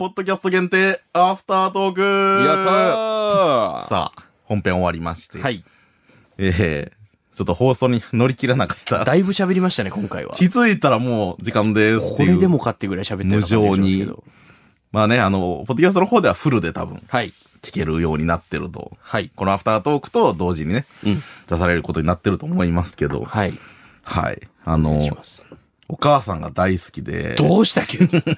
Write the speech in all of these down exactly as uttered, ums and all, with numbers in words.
ポッドキャスト限定アフタートークやったー。 さあ、本編終わりまして。 はい。 えー、ちょっと放送に乗り切らなかった。 だいぶ喋りましたね、今回は。 気づいたらもう時間ですっていう。 これでもかってぐらい喋ってる無情に。まあね、あの、ポッドキャストの方ではフルで多分。はい。聞けるようになってると。はい。このアフタートークと同時にね、うん、出されることになってると思いますけど。はい。はい。あの、お母さんが大好きで。 どうしたっけ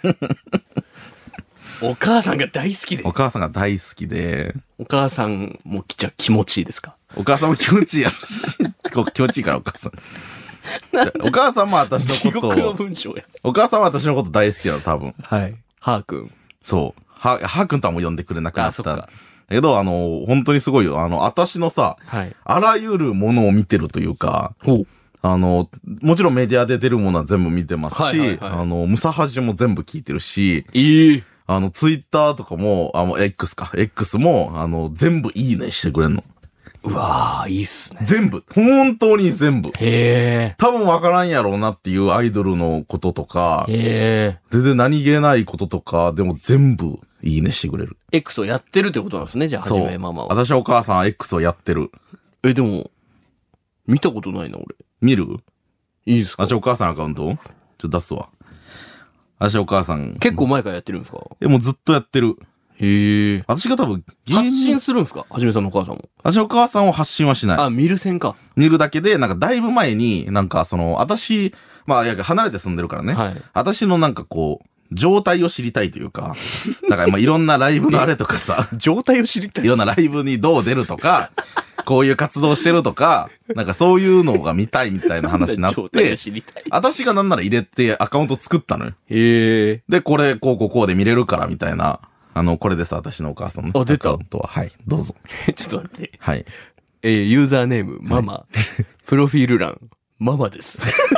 お母さんが大好きで。 お母さんが大好きで。 お母さんもじゃあ気持ちいいですか？ お母さんも気持ちいいやろし。気持ちいいからお母さん。お母さんも私のことを。 地獄の文章や。 お母さんは私のこと大好きだ多分。 はい。はーくん。 そう。は、はーくんとはもう呼んでくれなくなった。あ、そっか。だけど、あの、本当にすごいよ。あの、私のさ、はい、あらゆるものを見てるというか、ほう。あの、もちろんメディアで出るものは全部見てますし、はいはいはい、あの、ムサハジも全部聞いてるし、えー、あの、ツイッターとかも、あの、X か、X も、あの、全部いいねしてくれんの。 うわー、いいっすね。 全部。本当に全部。 へー。 多分わからんやろうなっていうアイドルのこととか、へー。全然何気ないこととか、でも全部いいねしてくれる。 X をやってるってことなんですね、じゃあ、はじめママは。 私はお母さん X をやってる。 え、でも、見たことないな、俺。 見る？ いいですか？ 私お母さんアカウントちょっと出すわ。私お母さん。 結構前からやってるんですか？ え、もうずっとやってる。 へえ。 私が多分、 発信するんですか？はじめさんのお母さんも。 私お母さんを発信はしない。 あ、見る線か。 見るだけで、なんかだいぶ前に、なんかその、私、まあ、いや、離れて住んでるからね。はい。私のなんかこう、状態を知りたいというか、だからまあいろんなライブのあれとかさ、 状態を知りたい。 いろんなライブにどう出るとか、こういう活動してるとか、なんかそういうのが見たいみたいな話になって、私がなんなら入れてアカウント作ったのよ。へえ。で、これ、こうこうこうで見れるからみたいな、あの、これです、私のお母さんの。 あ、出た。 アカウントは。はい、どうぞ。 ちょっと待って。 はい。 えー、ユーザーネーム、ママ。はい、プロフィール欄、ママです。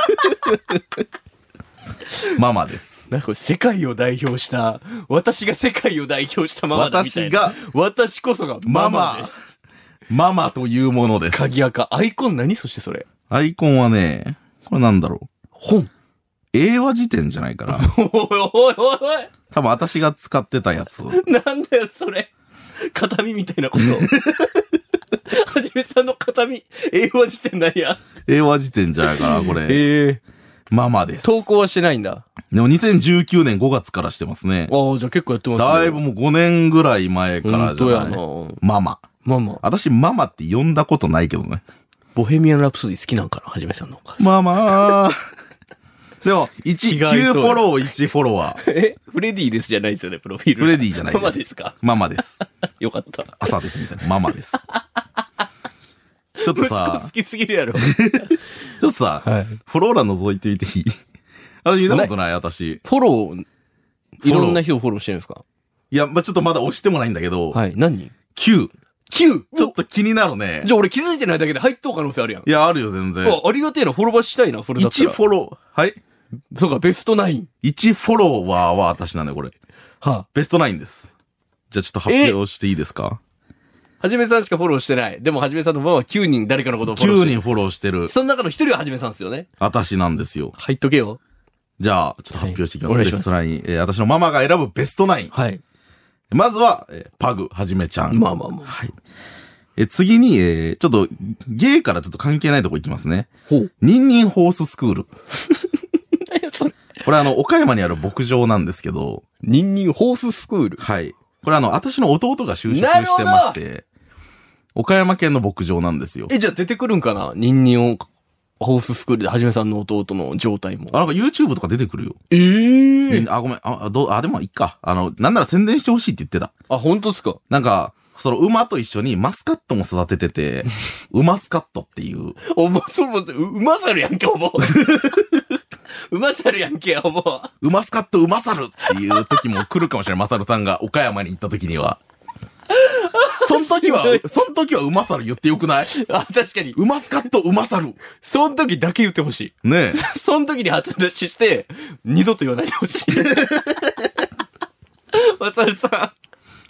ママです。 なんか世界を代表した、私が世界を代表したママだみたいな。 私が、 私こそがママです。 ママというものです。 鍵垢。アイコン何そしてそれ。 アイコンはね、これなんだろう。 本。 英和辞典じゃないかな。 おいおいおいおい。 多分私が使ってたやつ。 なんだよそれ。形見みたいなこと。はじめさんの形見、英和辞典何や。 英和辞典じゃないかな、これ。ええー。ママです。 投稿はしてないんだ。 でもにせんじゅうきゅうねんごがつからしてますね。 ああ、じゃあ結構やってますね。 だいぶもうごねんぐらい前からじゃない。 本当やな。 ママ。 ママ。 私ママって呼んだことないけどね。 ボヘミアン・ラプソディ好きなんかな、はじめさんのお母さん。 ママー。でも、いち、きゅうフォロー、いちフォロワー。 えフレディですじゃないですよね、プロフィール。 フレディじゃないです。 ママですか？ ママです。 よかった。 朝ですみたいな。ママです。ちょっとさ、 好きすぎるやろ。 ちょっとさ、はい、フォロー欄覗いてみていい？私見たことない、私。 フォロー、いろんな人をフォローしてるんですか？ いや、まあ、ちょっとまだ押してもないんだけど。 はい、何人？ きゅう。 きゅう? ちょっと気になるね。 じゃあ俺気づいてないだけで入っとう可能性あるやん。 いや、あるよ、全然。 あ、ありがてえな、フォロバーしたいな、それだったら。 いちフォロー、はい？ そうか、ベストナイン。 いちフォロワーは私なんだよ、これ。はあ、ベストナインです。じゃあちょっと発表していいですか？ はじめさんしかフォローしてない。でもはじめさんの分はきゅうにん誰かのことをフォローしてる。 きゅうにんフォローしてる。 その中のひとりははじめさんですよね。 私なんですよ。 入っとけよ。 じゃあ、ちょっと発表していきます。 はい、 ベストナイン。えー、私のママが選ぶベストナイン。はい。まずは、えー、パグ、はじめちゃん。 まあまあまあ。 はい。えー、次に、えー、ちょっと、ゲイからちょっと関係ないとこ行きますね。ほう。ニンニンホーススクール。何やそれ。これあの、岡山にある牧場なんですけど。 ニンニンホーススクール。 はい。これあの、私の弟が就職してまして、岡山県の牧場なんですよ。 え、じゃあ出てくるんかな？ニンニンを、ホーススクールではじめさんの弟の状態も。 あ、なんか YouTube とか出てくるよ。 ええー。 あ、ごめん。あ、どう、あ、でもいいか。あの、なんなら宣伝してほしいって言ってた。 あ、本当ですか？ なんか、その馬と一緒にマスカットも育ててて、馬スカットっていう。 おも、そも、馬猿やんけ、おも。馬猿やんけ、おも。 馬スカット馬猿っていう時も来るかもしれない。マサルさんが岡山に行った時には。その時は、その時は馬猿言ってよくない？ あ、確かに。 馬スカット馬猿。 その時だけ言ってほしい。 ねえ。 その時に初出しして、二度と言わないでほしい。マサルさん。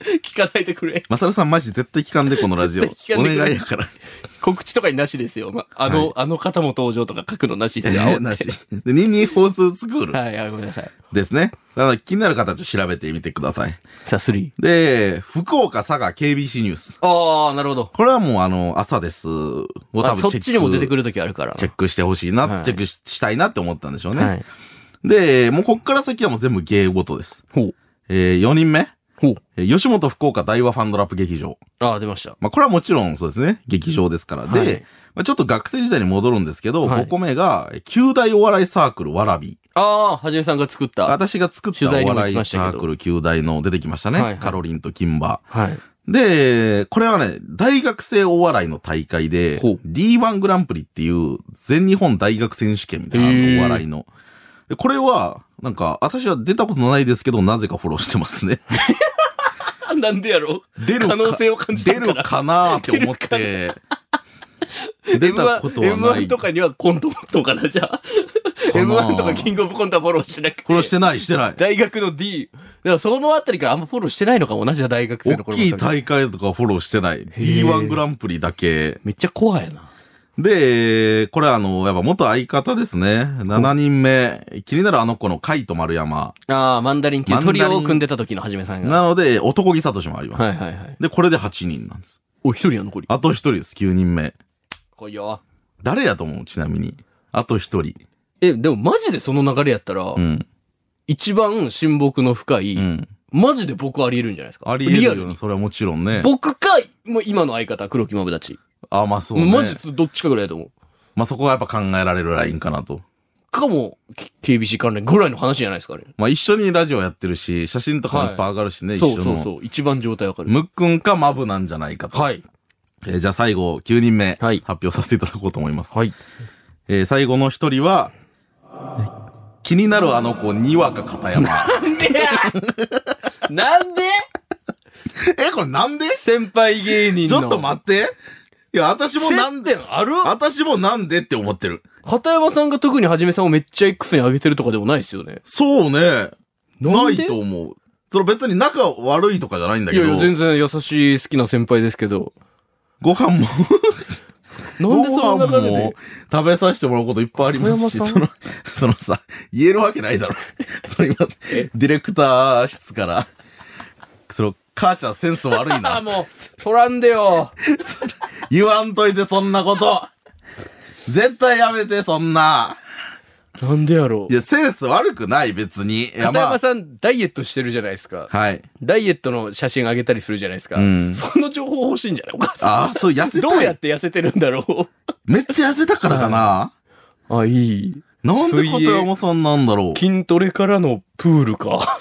聞かないでくれ。 マサルさんマジ絶対聞かんで、このラジオ。お願いやから。 告知とかになしですよ。ま、あの、はい、あの方も登場とか書くのなしですよ。 えー、なし。で、ニンニン放送スクール。 はい、はい、ごめんなさい。 ですね。だから気になる方ちょっと調べてみてください。 さあ、スリー。 で、福岡、佐賀、ケービーシー ニュース。 ああ、なるほど。 これはもうあの、朝ですを多分チェック。 そっちにも出てくるときあるから。 チェックしてほしいな、はい、チェック し, したいなって思ったんでしょうね。はい、で、もうこっから先はもう全部芸事です。ほう。えー、よにんめ。ほう。えー、吉本福岡大和ファンドラップ劇場。 ああ、出ました。 まあ、これはもちろんそうですね。劇場ですから。はい、で、まあ、ちょっと学生時代に戻るんですけど、はい、ごこめが、旧大お笑いサークルわらび。 ああ、はじめさんが作った。 私が作ったお笑いサークル旧大の出てきましたね。はいはい、カロリンと金馬。はい。で、これはね、大学生お笑いの大会で、ディーワン グランプリっていう全日本大学選手権みたいなお笑いの。これは、なんか、私は出たことないですけど、なぜかフォローしてますね。 なんでやろ出る可能性を感じたから出るかなって思って。出たことはない。 エムワン とかにはコントとかな、じゃあ。エムワン とかキングオブコントはフォローしてなくて。 フォローしてない、してない。 大学の D。だからそのあたりからあんまフォローしてないのかも、同じ大学生の頃。 大きい大会とかフォローしてない。ディーワン グランプリだけ。 めっちゃ怖いな。 で、これあの、やっぱ元相方ですね。しちにんめ。気になるあの子のカイト丸山。 ああ、マンダリンっていうトリオを組んでた時のはじめさんが。 なので、男気聡もあります。 はいはいはい。 で、これではちにんなんです。 お、ひとりは残り。 あとひとりです、きゅうにんめ。 来いよ。 誰やと思うちなみに。あとひとり。 え、でもマジでその流れやったら、うん、一番親睦の深い、うん、マジで僕あり得るんじゃないですか。 あり得るよね、それはもちろんね。 僕か、もう今の相方、黒木まぶだち。 あ、まあそうね。 マジどっちかぐらいだと思う。 まあそこはやっぱ考えられるラインかなと。 かも、ケービーシー 関連ぐらいの話じゃないですかね。 まあ一緒にラジオやってるし、写真とかもいっぱい上がるしね、はい、一緒の。 そうそうそう。一番状態わかる。 むっくんかまぶなんじゃないかと。はい。えー、じゃあ最後、きゅうにんめ、はい、発表させていただこうと思います。はい。えー、最後のひとりは、気になるあの子、にわか片山。 なんでやなんでえ、これなんで先輩芸人の。 ちょっと待って。いや、私もなんで、 ある私もなんでって思ってる。 片山さんが特にはじめさんをめっちゃ X に上げてるとかでもないですよね。 そうね。ないと思う。それ別に仲悪いとかじゃないんだけど。 いやいや、全然優しい好きな先輩ですけど。 ご飯もなんでその流れで食べさせてもらうこといっぱいありますし、その、そのさ、言えるわけないだろ。その今、ディレクター室から、その、母ちゃんセンス悪いな。 もう、取らんでよ。 言わんといて、そんなこと。絶対やめて、そんな。 なんでやろう。 いや、センス悪くない、別に。 片山さん、まあ、ダイエットしてるじゃないですか。はい。ダイエットの写真あげたりするじゃないですか。うん。その情報欲しいんじゃないお母さん。 ああ、そう、痩せたい。 どうやって痩せてるんだろう。 めっちゃ痩せたからかな。 あ、いい。 なんで片山さんなんだろう。 筋トレからのプールか。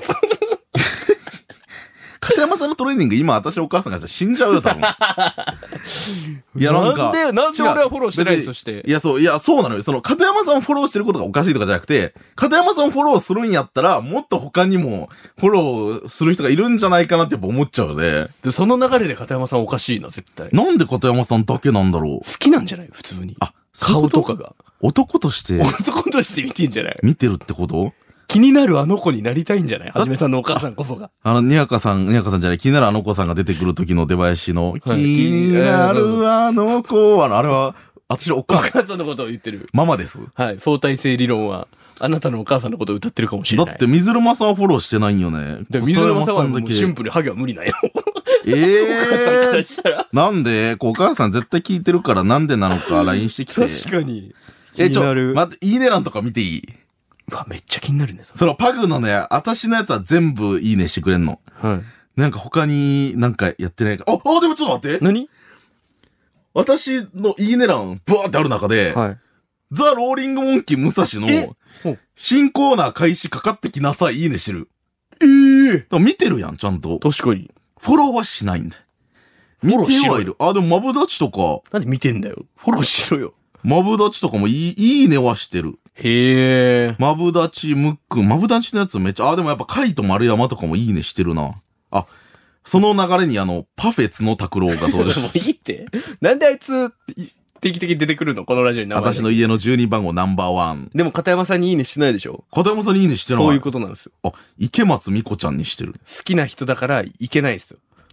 片山さんのトレーニング、今私お母さんがしたら死んじゃうよ、多分。 いや、なんか。なんで、なんで俺はフォローしてないそして。 いや、そう、いや、そうなのよ。その、片山さんをフォローしてることがおかしいとかじゃなくて、片山さんをフォローするんやったら、もっと他にもフォローする人がいるんじゃないかなってやっぱ思っちゃうよね。 で、その流れで片山さんおかしいな、絶対。 なんで片山さんだけなんだろう。 好きなんじゃない普通に。あ、顔とかが。 男として。 男として見てんじゃない見てるってこと気になるあの子になりたいんじゃないはじめさんのお母さんこそが。 あの、にわかさん、にわかさんじゃない、気になるあの子さんが出てくる時の出囃子の、はい、気になるあの子は、あれは、私のお母さん。お母さんのことを言ってる。 ママです。 はい。相対性理論は、あなたのお母さんのことを歌ってるかもしれない。 だって、水沼さんはフォローしてないんよね。 で、水沼さんはもうシンプルハゲは無理だよ。 ええー。お母さんからしたら。なんでこうお母さん絶対聞いてるからなんでなのか ライン してきて。 確かに。 え、ちょ、待って、いいね欄とか見ていいうわ、めっちゃ気になるね。 そのパグのね、私のやつは全部いいねしてくれんの。はい。なんか他になんかやってないか。あ、あ、でもちょっと待って。 何私のいいね欄、ブワーってある中で、はい。ザ・ローリング・モンキー・武蔵の、新コーナー開始かかってきなさい、いいねしてる。ええー。見てるやん、ちゃんと。 確かに。 フォローはしないんだよ。見てはいる。あ、でもマブダチとか。 なんで見てんだよ。フォローしろよ。 マブダチとかもいい、いいねはしてる。 へえ。 マブダチ、ムックン、マブダチのやつめっちゃ、あ、でもやっぱカイと丸山とかもいいねしてるな。あ、その流れにあの、パフェ角拓郎が登場しもういいって。なんであいつ、定期的に出てくるのこのラジオに名前。 私の家のじゅうにばんごナンバーワン。 でも片山さんにいいねしてないでしょ片山さんにいいねしてない。 そういうことなんですよ。 あ、池松美子ちゃんにしてる。 好きな人だからいけないですよ。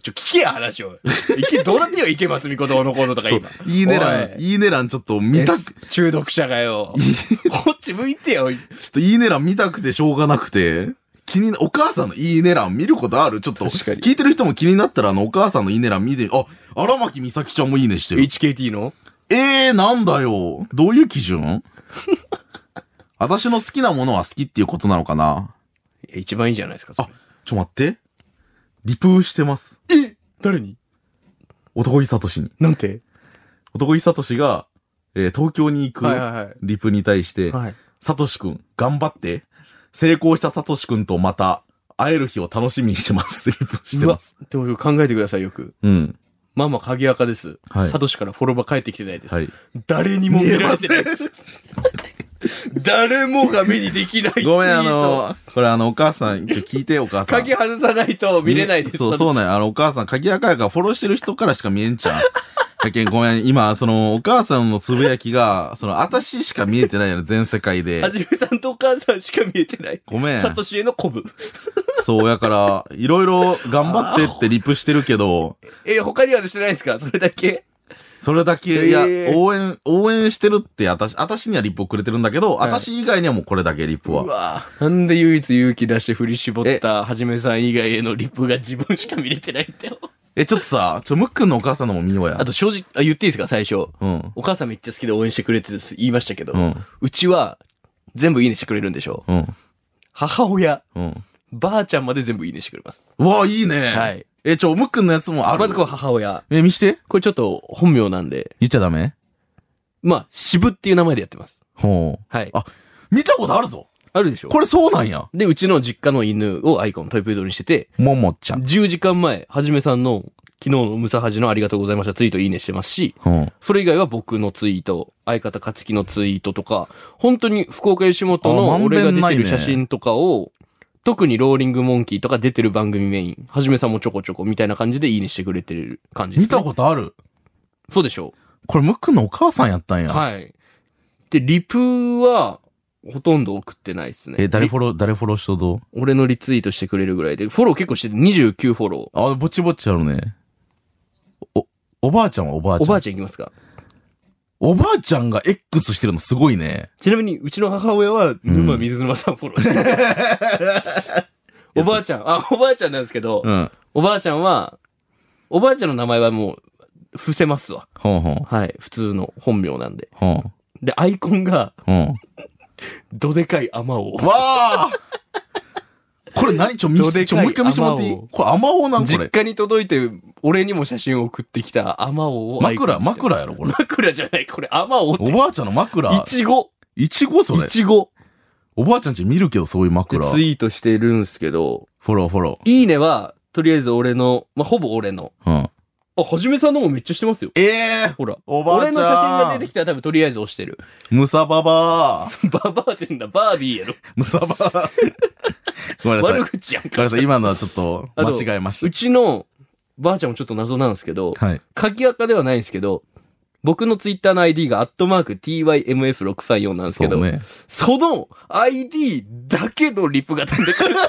ちょ、聞けや、話を。いけ、どうなってよ、池松美子どうのこうのとか今。 いいね欄、いいね欄ちょっと見たく。 中毒者がよ。こっち向いてよ。ちょっといいね欄見たくてしょうがなくて。気にな、お母さんのいいね欄見ることある？ちょっと、聞いてる人も気になったら、あの、お母さんのいいね欄見て、あ、荒牧美咲ちゃんもいいねしてる。 エイチケーティー の？ えー、なんだよ。どういう基準？私の好きなものは好きっていうことなのかな？ 一番いいじゃないですか。 あ、ちょ待って。リプーしてます。 え？誰に？ 男木聡に。 なんて？ 男木聡が、えー、東京に行くリプに対して、聡くん、頑張って。成功した聡くんとまた会える日を楽しみにしてます。リプしてます。 でも考えてくださいよく。うん。ママ鍵垢です。はい。聡からフォロバー返ってきてないです。はい。誰にも見られてないです。誰もが目にできないツイート。 ごめん、あの、これあの、お母さん、聞いて、お母さん。 鍵外さないと見れないです。 そう、そうね。あの、お母さん、鍵垢やからフォローしてる人からしか見えんちゃう。だけんごめん、今、その、お母さんのつぶやきが、その、私しか見えてないよね、全世界で。 はじめさんとお母さんしか見えてない。 ごめん。 サトシへの鼓舞。 そう、やから、いろいろ頑張ってってリプしてるけど。 え、他にはしてないですか？それだけ？ それだけ、えー、いや、応援、応援してるって、あたし、あたしにはリップをくれてるんだけど、あたし以外にはもうこれだけリップは。 うわなんで唯一勇気出して振り絞ったはじめさん以外へのリップが自分しか見れてないんだよ。 え、ちょっとさ、ちょ、むっくんのお母さんのも見ようや。 あと正直、あ、言っていいですか最初。うん。お母さんめっちゃ好きで応援してくれてる言いましたけど、うん。うちは、全部いいねしてくれるんでしょ？うん。母親、うん。ばあちゃんまで全部いいねしてくれます。 うわ、いいね。はい。え、ちょ、むっくんのやつもある？ まずこう母親。 え、見して。 これちょっと本名なんで。 言っちゃダメ？ まあ、渋っていう名前でやってます。 ほう。はい。あ、見たことあるぞ。 あるでしょ？ これそうなんや。 で、うちの実家の犬をアイコントイプードルにしてて、 ももちゃん。 じゅうじかんまえ、はじめさんの昨日のムサハジのありがとうございましたツイートいいねしてますし、うん、それ以外は僕のツイート、相方勝木のツイートとか、本当に福岡吉本の俺が出てる写真とかを、特にローリングモンキーとか出てる番組メイン、はじめさんもちょこちょこみたいな感じでいいねしてくれてる感じです、ね。 見たことある？ そうでしょう。 これムックのお母さんやったんや。 はい。で、リプは、ほとんど送ってないですね。 え、誰フォロー、誰フォローしとどう？ 俺のリツイートしてくれるぐらいで、フォロー結構しててにじゅうきゅうフォロー。あ、ぼちぼちあるね。お、おばあちゃんはおばあちゃん。 おばあちゃんいきますか？ おばあちゃんが X してるのすごいね。 ちなみに、うちの母親は、沼水沼さんフォローしてる。うん、おばあちゃん、あ、おばあちゃんなんですけど、うん、おばあちゃんは、おばあちゃんの名前はもう、伏せますわ。ほうほうはい。普通の本名なんで。ほうで、アイコンが、うん、どでかいアマオ。 わーこれ何ちょ、見せて、ちょ、もう一回見せてもらっていい？これアマオなんこれ。 実家に届いて、俺にも写真を送ってきたアマオを。 枕、枕やろこれ。 枕じゃない、これアマオって。 おばあちゃんの枕。 いちご。 いちごそれ。 いちご。 おばあちゃんち見るけど、そういう枕。 ツイートしてるんすけど。 フォロー、フォロー。いいねは、とりあえず俺の、まあ、ほぼ俺の。うん。あ、はじめさんのもめっちゃしてますよ。 ええー、 ほら。 おばあちゃん。 俺の写真が出てきたら多分とりあえず押してる。 ムサババー。 ババーって言うんだ、バービーやろ。 ムサバー。ごめんなさい。 悪口やんか。 ごめんなさい、今のはちょっと間違えました。 うちのばあちゃんもちょっと謎なんですけど、はい。鍵垢ではないんですけど、僕のツイッターの アイディー がアットマーク ティーワイエムエスろくさんよん なんですけど、そ, ね、その アイディー だけのリプが飛んでくる。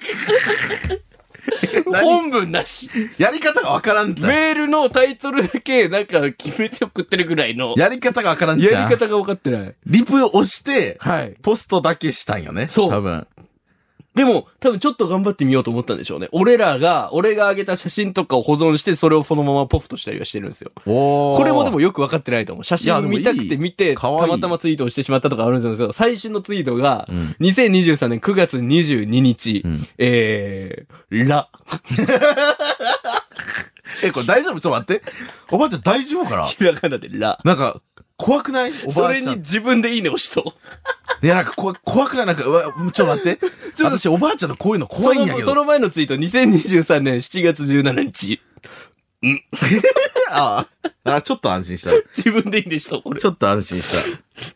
本文なし。 やり方がわからんじゃん。 メールのタイトルだけなんか決めて送ってるぐらいの。 やり方がわからんじゃん。 やり方が分かってない。 リプを押して、はい。ポストだけしたんよね。 そう。 多分。 でも、多分ちょっと頑張ってみようと思ったんでしょうね。俺らが、俺が上げた写真とかを保存して、それをそのままポストしたりはしてるんですよ。これもでもよく分かってないと思う。写真見たくて見て、たまたまツイートをしてしまったとかあるんですけど、最新のツイートが、うん、にせんにじゅうさんねんくがつにじゅうににち、うん、えー、ラ。 え、これ大丈夫？ちょっと待って。おばあちゃん大丈夫かな？ ひらがなでラ。 なんか、怖くない？おばあちゃん。 それに自分でいいね押しと。 いや、なんか怖、怖くない？なんか、うわ、ちょっと待って。私、おばあちゃんのこういうの怖いんやけど。 その、その前のツイート、にせんにじゅうさんねんしちがつじゅうしちにち。んああ。あちょっと安心した。 自分でいいねしと、これ。 ちょっと安心した。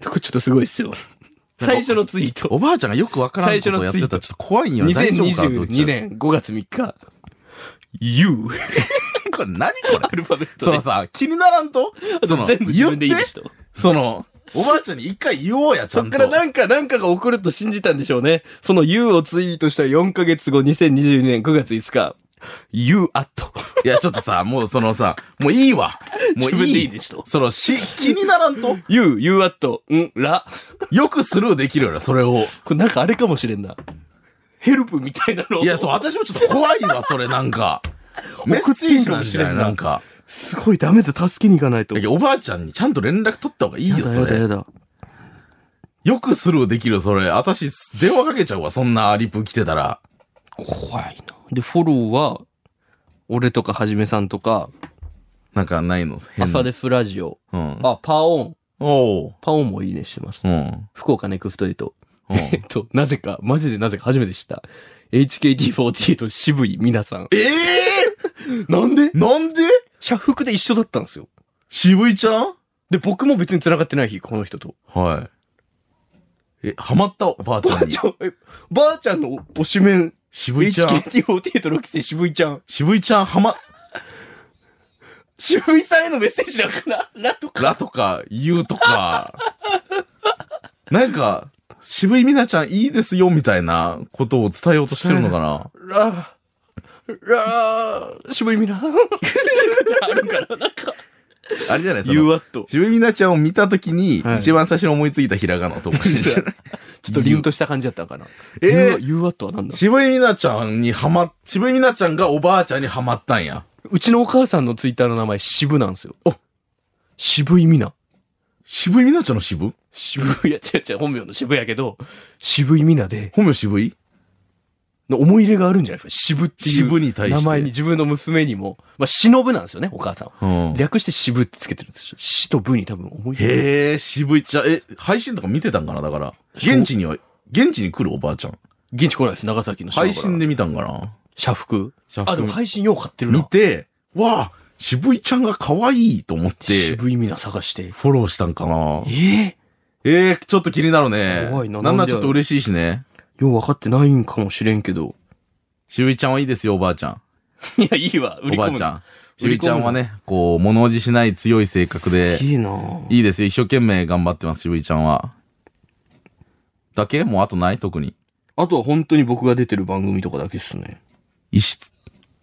これちょっとすごいっすよ。最初のツイート。 おばあちゃんがよくわからんことをやってたらちょっと怖いんよね。 にせんにじゅうにねんごがつみっか。You。 これ何これ？ アルファベットで。そのさ、気にならんとその全部自分でいいねしと。 その、おばあちゃんに一回言おうや、ちゃんと。 そっからなんか、なんかが起こると信じたんでしょうね。その You をツイートしたよんかげつご、にせんにじゅうにねんくがついつか。 You at. いや、ちょっとさ、もうそのさ、もういいわ。もういい。 自分でいいでしょ。 その、し、気にならんと ?You, you at, ん、ら。 よくスルーできるよな、それを。 これなんかあれかもしれんな。ヘルプみたいなの。 いや、そう、私もちょっと怖いわ、それなんか。メッセージなんじゃないなんか。 すごいダメだ、助けに行かないと。 いや、おばあちゃんにちゃんと連絡取った方がいいよ、それ。 やだやだやだ。 よくスルーできるよ、それ。私、電話かけちゃうわ、そんなリプ来てたら。 怖いな。で、フォローは、俺とかはじめさんとか、 なんかないの朝ですラジオ。 うん。 あ、パオン。 おう。 パオンもいいねしてます。 うん。 福岡ネクストエイト。えっと、なぜか、マジでなぜか初めて知った。エイチケーティーフォーティーエイト 渋い皆さん。 ええー、なんでなんで社服で一緒だったんですよ。 渋いちゃんで、僕も別に繋がってない日、この人と。 はい。え、ハマったおばあちゃんに。 ばあちゃんの推しメン。 渋いちゃん。 エイチケーティーフォーティーエイトの期生渋いちゃん。 渋いちゃん、はま、 渋いさんへのメッセージなんかなラとか。 ラとか、言うとか。なんか、渋いみなちゃんいいですよ、みたいなことを伝えようとしてるのかな。 ラ、ラ、渋いみな。あるかななんか。 あれじゃないですか。 You what? 渋いみなちゃんを見たときに、はい、一番最初に思いついたひらがなと思してる。 ちょっと凛とした感じだったのかな。 えー、 You what は何だ渋いみなちゃんにはま、渋いみなちゃんがおばあちゃんにはまったんや。 うちのお母さんのツイッターの名前渋なんですよ。あ、渋いみな。 渋いみなちゃんの渋渋いや、違う違う、本名の渋やけど、渋いみなで。 本名渋いの思い入れがあるんじゃないですか。渋っていう。 渋に対して。 名前に自分の娘にも。まあ、忍なんですよね、お母さん。 うん、 略して渋ってつけてるんですよ。しとぶに多分思い入れ。 へえ、渋いちゃん。え、配信とか見てたんかなだから。現地には、現地に来るおばあちゃん。 現地来ないです、長崎の。 配信で見たんかな社服社服。 あ、でも配信よう買ってるな。 見て、わあ、渋いちゃんが可愛いと思って。 渋いみな探して。 フォローしたんかなええー、ええー、ちょっと気になるね。 怖いな。 なんならちょっと嬉しいしね。 よう分かってないんかもしれんけど。 渋いちゃんはいいですよ、おばあちゃん。 いや、いいわ。 おばあちゃん。渋いちゃんはね、こう、物おじしない強い性格で。 いいないいですよ。一生懸命頑張ってます、渋いちゃんは。だけもうあとない特に。 あとは本当に僕が出てる番組とかだけっすね。 異質。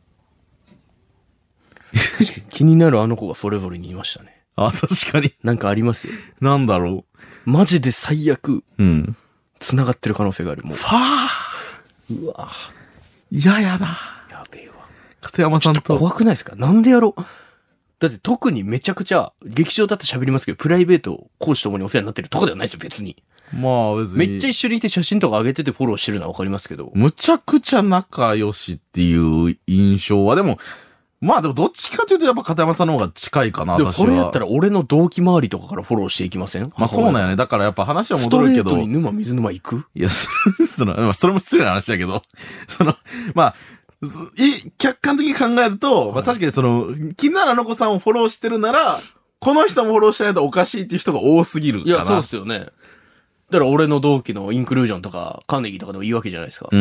気になるあの子がそれぞれにいましたね。 あ、確かに。 なんかありますよ。 なんだろう。マジで最悪。 うん。 繋がってる可能性がある。もう。 ファー。うわ嫌やな。 やべえわ。 片山さんと。 と怖くないですか？なんでやろう。だって特にめちゃくちゃ、劇場だって喋りますけど、プライベート、講師ともにお世話になってるとかではないですよ、別に。 まあ別に。 めっちゃ一緒にいて写真とか上げててフォローしてるのはわかりますけど。 むちゃくちゃ仲良しっていう印象は、でも、まあでもどっちかというとやっぱ片山さんの方が近いかな、 私は。でもそれやったら俺の同期周りとかからフォローしていきません？ まあそうなんよね。だからやっぱ話は戻るけど。 ストレートに沼水沼行く？ いや、それ、その、それも失礼な話だけど、その、まあ、い客観的に考えると、はい、まあ確かにその、気になるあの子さんをフォローしてるなら、この人もフォローしてないとおかしいっていう人が多すぎるかな。 いや、そうっすよね。だから俺の同期のインクルージョンとか、カーネギーとかでもいいわけじゃないですか。 うん。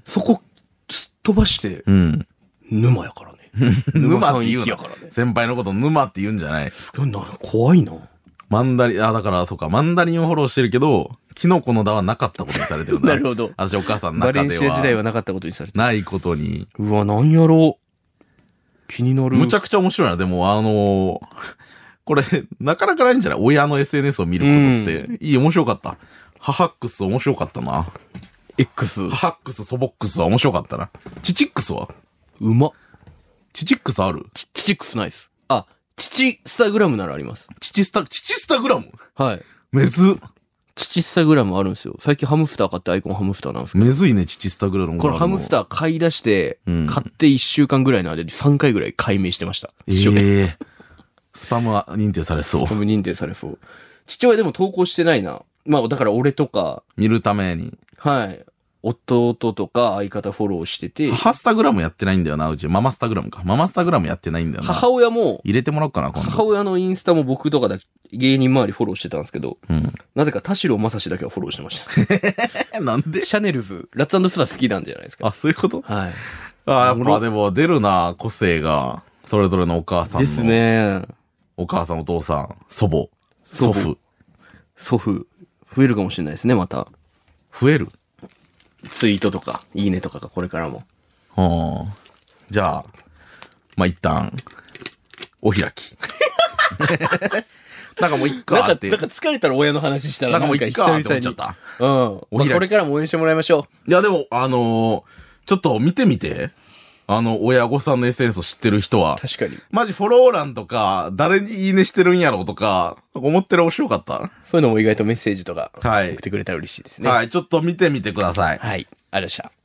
そこ、すっ飛ばして、 うん。 沼やからね。 沼って言うやからね。 先輩のこと沼って言うんじゃない。 な、怖いな。 マンダリン、あ、だから、そうか、マンダリンをフォローしてるけど、キノコの名はなかったことにされてるんだ。 なるほど。 私お母さんの中では。 バレンシア時代はなかったことにされてる。 ないことに。 うわ、なんやろう。気になる。 むちゃくちゃ面白いな。でも、あのー、これ、なかなかないんじゃない親の エスエヌエス を見ることって。いい、面白かった。ハハックス面白かったな。 X。 ハハックス、ソボックスは面白かったな。チチックスはうま。 チチックスある？ チチックスないっす。あ、チチスタグラムならあります。 チチスタ、チチスタグラム？ はい。 めず。 チチスタグラムあるんですよ。最近ハムスター買ってアイコンハムスターなんですけど。めずいね、チチスタグラム。 このハムスター買い出して、うん、買っていっしゅうかんぐらいの間にさんかいぐらい解明してました。 ええー。スパムは認定されそう。 スパム認定されそう。父親でも投稿してないな。まあ、だから俺とか。 見るために。 はい。弟とか相方フォローしてて。 母スタグラムやってないんだよな、うち。ママスタグラムか。ママスタグラムやってないんだよな。 母親も。 入れてもらおうかな、今度。 母親のインスタも僕とかだけ芸人周りフォローしてたんですけど。 うん。 なぜか田代正史だけはフォローしてました。 なんでシャネルズ、ラッツ&スター好きなんじゃないですか。 あ、そういうこと？ はい。 あ、やっぱでも出るな、個性が。それぞれのお母さんの。 ですね。 お母さん、お父さん、祖母、祖父。 祖父。増えるかもしれないですね、また。 増える？ ツイートとか、いいねとかがこれからも。 はあ。 じゃあ、まあ、一旦、お開き。なんかもういっかって。 なんか疲れたら親の話したらなんかもういっかって思っちゃった。 うん。まあ、これからも応援してもらいましょう。いやでも、あのー、ちょっと見てみて。あの、親御さんの エスエヌエス を知ってる人は。 確かに。 マジフォロー欄とか、誰にいいねしてるんやろうとか、思ってる面白かった。 そういうのも意外とメッセージとか、送ってくれたら嬉しいですね。 はい。はい。ちょっと見てみてください。 はい。ありがとうございました。